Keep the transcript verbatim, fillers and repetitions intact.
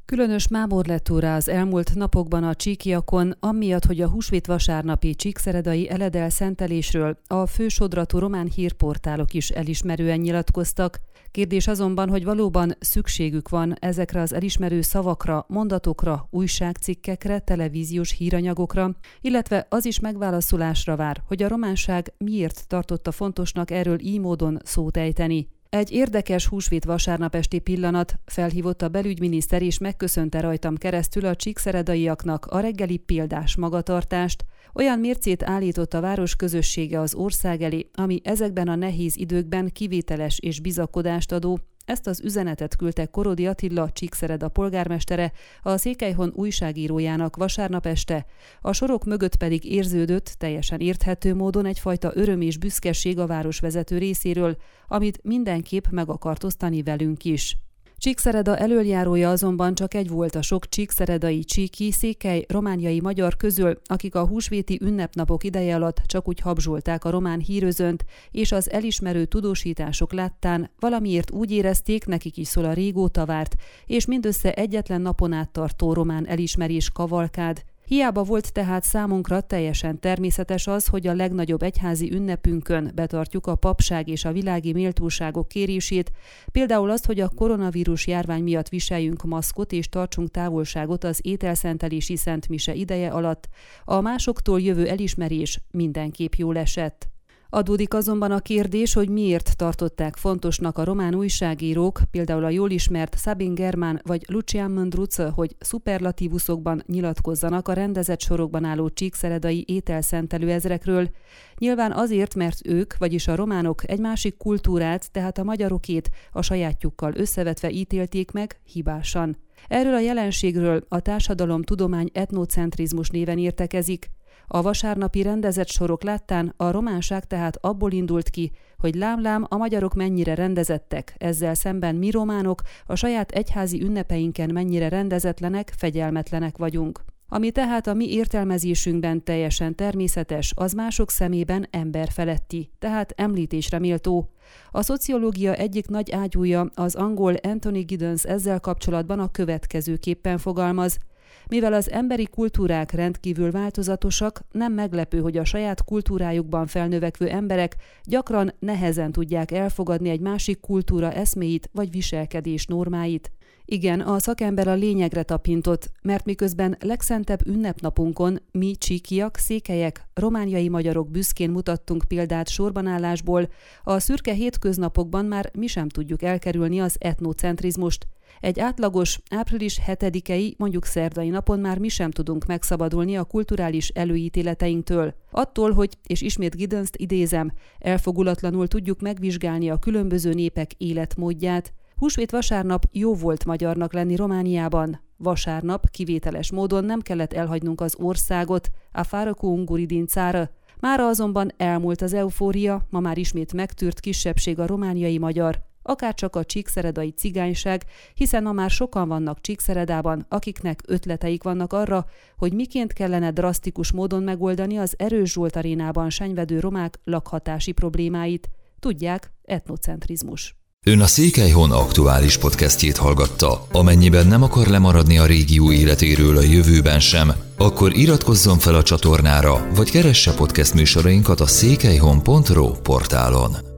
Különös mámor lett óra az elmúlt napokban a csíkiakon, amiatt, hogy a húsvét vasárnapi csíkszeredai eledel szentelésről a fősodratú román hírportálok is elismerően nyilatkoztak. Kérdés azonban, hogy valóban szükségük van ezekre az elismerő szavakra, mondatokra, újságcikkekre, televíziós híranyagokra, illetve az is megválaszolásra vár, hogy a románság miért tartotta fontosnak erről így módon szót ejteni. Egy érdekes húsvét vasárnap esti pillanat, felhívott a belügyminiszter és megköszönte rajtam keresztül a csíkszeredaiaknak a reggeli példás magatartást. Olyan mércét állított a város közössége az ország elé, ami ezekben a nehéz időkben kivételes és bizakodást adó. Ezt az üzenetet küldte Korodi Attila, Csíkszereda polgármestere, a Székelyhon újságírójának vasárnap este. A sorok mögött pedig érződött, teljesen érthető módon egyfajta öröm és büszkeség a városvezető részéről, amit mindenképp meg akart osztani velünk is. Csíkszereda elöljárója azonban csak egy volt a sok csíkszeredai, csíki, székely, romániai magyar közül, akik a húsvéti ünnepnapok ideje alatt csak úgy habzsolták a román hírözönt, és az elismerő tudósítások láttán valamiért úgy érezték, nekik is szól a régóta várt, és mindössze egyetlen napon át tartó román elismerés kavalkád. Hiába volt tehát számunkra teljesen természetes az, hogy a legnagyobb egyházi ünnepünkön betartjuk a papság és a világi méltóságok kérését, például azt, hogy a koronavírus járvány miatt viseljünk maszkot és tartsunk távolságot az ételszentelési szentmise ideje alatt. A másoktól jövő elismerés mindenképp jól esett. Adódik azonban a kérdés, hogy miért tartották fontosnak a román újságírók, például a jól ismert Sabin Germán vagy Lucian Mândruță, hogy szuperlatívuszokban nyilatkozzanak a rendezett sorokban álló csíkszeredai ételszentelő ezrekről. Nyilván azért, mert ők, vagyis a románok egy másik kultúrát, tehát a magyarokét a sajátjukkal összevetve ítélték meg hibásan. Erről a jelenségről a társadalomtudomány etnocentrizmus néven értekezik. A vasárnapi rendezett sorok láttán a románság tehát abból indult ki, hogy lám-lám a magyarok mennyire rendezettek, ezzel szemben mi románok a saját egyházi ünnepeinken mennyire rendezetlenek, fegyelmetlenek vagyunk. Ami tehát a mi értelmezésünkben teljesen természetes, az mások szemében emberfeletti, tehát említésre méltó. A szociológia egyik nagy ágyúja, az angol Anthony Giddens ezzel kapcsolatban a következőképpen fogalmaz. Mivel az emberi kultúrák rendkívül változatosak, nem meglepő, hogy a saját kultúrájukban felnövekvő emberek gyakran nehezen tudják elfogadni egy másik kultúra eszméit vagy viselkedés normáit. Igen, a szakember a lényegre tapintott, mert miközben legszentebb ünnepnapunkon mi csíkiak, székelyek, romániai magyarok büszkén mutattunk példát sorbanállásból, a szürke hétköznapokban már mi sem tudjuk elkerülni az etnocentrizmust. Egy átlagos április hetedikei, mondjuk szerdai napon már mi sem tudunk megszabadulni a kulturális előítéleteinktől. Attól, hogy, és ismét Giddenst idézem, elfogulatlanul tudjuk megvizsgálni a különböző népek életmódját. Húsvét vasárnap jó volt magyarnak lenni Romániában. Vasárnap kivételes módon nem kellett elhagynunk az országot, afară cu ungurii din țară. Mára azonban elmúlt az eufória, ma már ismét megtűrt kisebbség a romániai magyar, akárcsak a csíkszeredai cigányság, hiszen ma már sokan vannak Csíkszeredában, akiknek ötleteik vannak arra, hogy miként kellene drasztikus módon megoldani az Erős Zsolt arénában senyvedő romák lakhatási problémáit. Tudják, etnocentrizmus. Ön a Székelyhon aktuális podcastjét hallgatta. Amennyiben nem akar lemaradni a régió életéről a jövőben sem, akkor iratkozzon fel a csatornára, vagy keresse podcast műsorainkat a székelyhon pont ro portálon.